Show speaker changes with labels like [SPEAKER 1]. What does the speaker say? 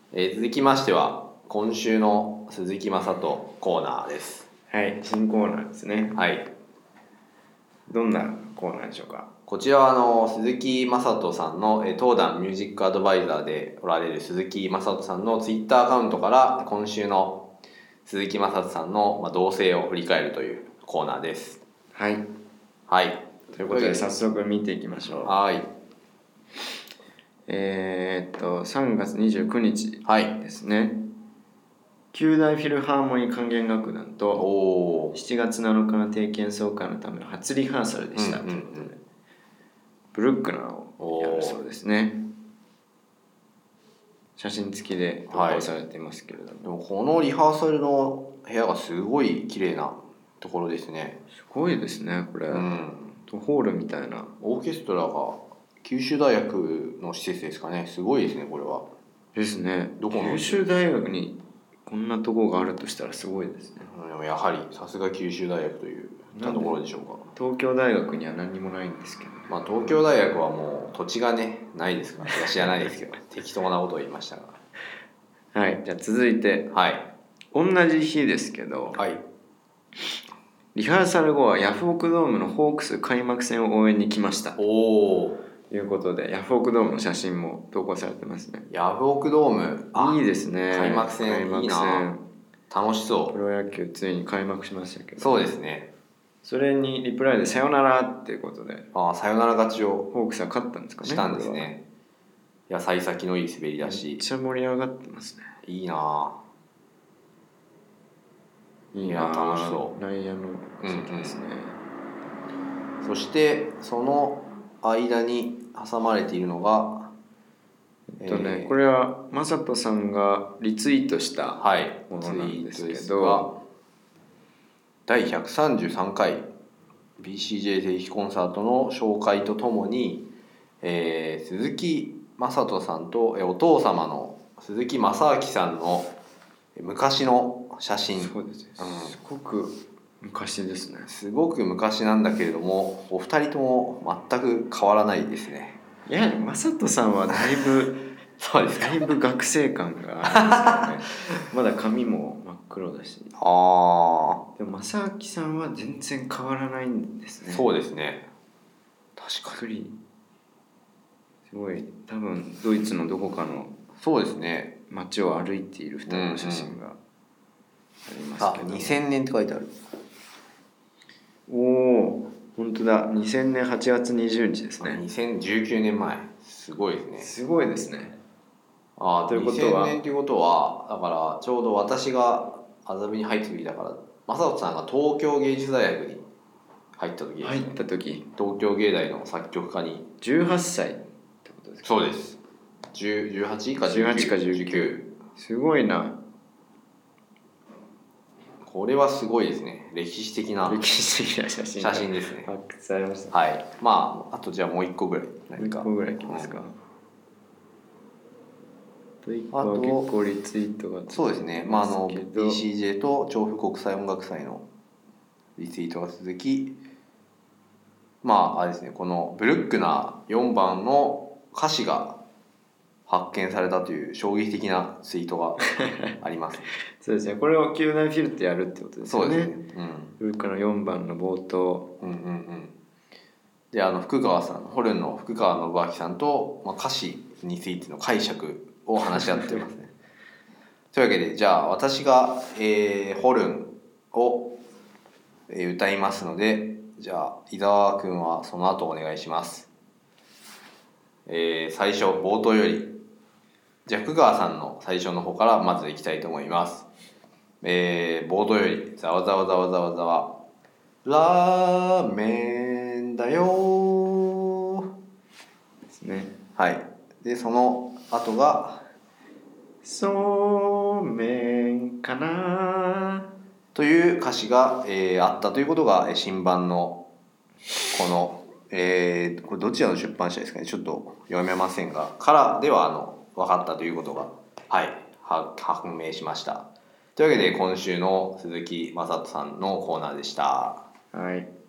[SPEAKER 1] 続きましては今週の鈴木雅人コーナーです。
[SPEAKER 2] はい、新コーナーですね。
[SPEAKER 1] はい。
[SPEAKER 2] どんなコーナーでしょうか。
[SPEAKER 1] こちらは鈴木雅人さんの東壇ミュージックアドバイザーでおられる鈴木雅人さんのツイッターアカウントから今週の鈴木雅人さんの動静を振り返るというコーナーです。
[SPEAKER 2] はい。
[SPEAKER 1] はい。
[SPEAKER 2] ということで早速見ていきましょう。
[SPEAKER 1] はい。
[SPEAKER 2] 3月29日ですね。はい、九大フィルハーモニー管弦楽団と7月7日の定期演奏会のための初リハーサルでした、ということで、ブルックナーをやるそうですね。写真付きで投稿されていますけれども、
[SPEAKER 1] でもこのリハーサルの部屋がすごい綺麗なところですね。
[SPEAKER 2] すごいですねこれ、ホールみたいな。
[SPEAKER 1] オーケストラが九州大学の施設ですかね。すごいですねこれは。
[SPEAKER 2] ですね。
[SPEAKER 1] どこの
[SPEAKER 2] 九州大学にこんなとこがあるとしたらすごいですね。
[SPEAKER 1] でもやはりさすが九州大学というところでしょうか。
[SPEAKER 2] 東京大学には何にもないんですけど、
[SPEAKER 1] 東京大学はもう土地がねないですから、知らないですけど適当なことを言いましたが。
[SPEAKER 2] はい、じゃあ続いて、
[SPEAKER 1] はい、
[SPEAKER 2] 同じ日ですけど、
[SPEAKER 1] はい、
[SPEAKER 2] リハーサル後はヤフオクドームのホークス開幕戦を応援に来ました。ということでヤフオクドームの写真も投稿されてますね。
[SPEAKER 1] ヤフオクドーム
[SPEAKER 2] いいですね。
[SPEAKER 1] 開幕戦いいな。楽しそう。
[SPEAKER 2] プロ野球ついに開幕しましたけど。
[SPEAKER 1] そうですね。
[SPEAKER 2] それにリプライでさよならっていうことで、
[SPEAKER 1] さよなら勝ちを
[SPEAKER 2] ホークスは勝ったんですかね。
[SPEAKER 1] したんですね。いや幸先のいい滑りだし、
[SPEAKER 2] めっちゃ盛り上がってますね。
[SPEAKER 1] いいな。
[SPEAKER 2] いや楽しそう。内野の席ですね。
[SPEAKER 1] そしてその間に挟まれているのが
[SPEAKER 2] これは雅人さんがリツイートしたものなんですけど、
[SPEAKER 1] 第133回 BCJ 定期コンサートの紹介とともに、鈴木雅人さんとお父様の鈴木正明さんの昔の写真。
[SPEAKER 2] そうです、すごく昔ですね。
[SPEAKER 1] すごく昔なんだけれども、お二人とも全く変わらないですね。
[SPEAKER 2] いや雅人さんはだいぶ
[SPEAKER 1] そうですか。
[SPEAKER 2] だいぶ学生感があるんですよね。まだ髪も真っ黒だし。でも正明さんは全然変わらないんですね。
[SPEAKER 1] そうですね。確かに。
[SPEAKER 2] すごい多分ドイツのどこかの
[SPEAKER 1] そうですね
[SPEAKER 2] 街を歩いている2人の写真がありますけど、
[SPEAKER 1] 2000年って書いてある。
[SPEAKER 2] おお本当だ。2000年8月20日ですね。
[SPEAKER 1] 2019年前。すごいですね。
[SPEAKER 2] すごいですね。
[SPEAKER 1] ということは2000年ということはだからちょうど私が麻布に入った時だから、正人さんが東京芸術大学に入った時ですね。
[SPEAKER 2] 入った時、
[SPEAKER 1] 東京芸大の作曲科に
[SPEAKER 2] 18歳ってことですか。
[SPEAKER 1] そうです。18か19。
[SPEAKER 2] すごいな。
[SPEAKER 1] これはすごいですね。歴史的な
[SPEAKER 2] 写真
[SPEAKER 1] ですね。
[SPEAKER 2] 発掘されました。
[SPEAKER 1] はい。あとじゃあもう一個ぐらい
[SPEAKER 2] 何か。もう一個ぐらいいきますか。あと結構リツイートが
[SPEAKER 1] そうですね。BCJ と調布国際音楽祭のリツイートが続き、あれですね。このブルックナー4番の歌詞が発見されたという衝撃的なツイートがあります。
[SPEAKER 2] そうですね。これを9大フィルってやるってことですよね。
[SPEAKER 1] そうですね。
[SPEAKER 2] ブルックナー4番の冒頭。
[SPEAKER 1] で福川さん、ホルンの福川信明さんと、歌詞についての解釈を話し合ってますね。というわけでじゃあ私が、ホルンを、歌いますので、じゃあ伊沢くんはその後お願いします。最初冒頭よりじゃあ福川さんの最初の方からまずいきたいと思います。冒頭よりざわざわざわざわざわラーメンだよ
[SPEAKER 2] ですね。
[SPEAKER 1] はい。でその後が
[SPEAKER 2] そうめんかな
[SPEAKER 1] という歌詞が、あったということが新版のこの、これどちらの出版社ですかね、ちょっと読めませんがからでは分かったということが判明しました。というわけで今週の鈴木雅人さんのコーナーでした。
[SPEAKER 2] はい。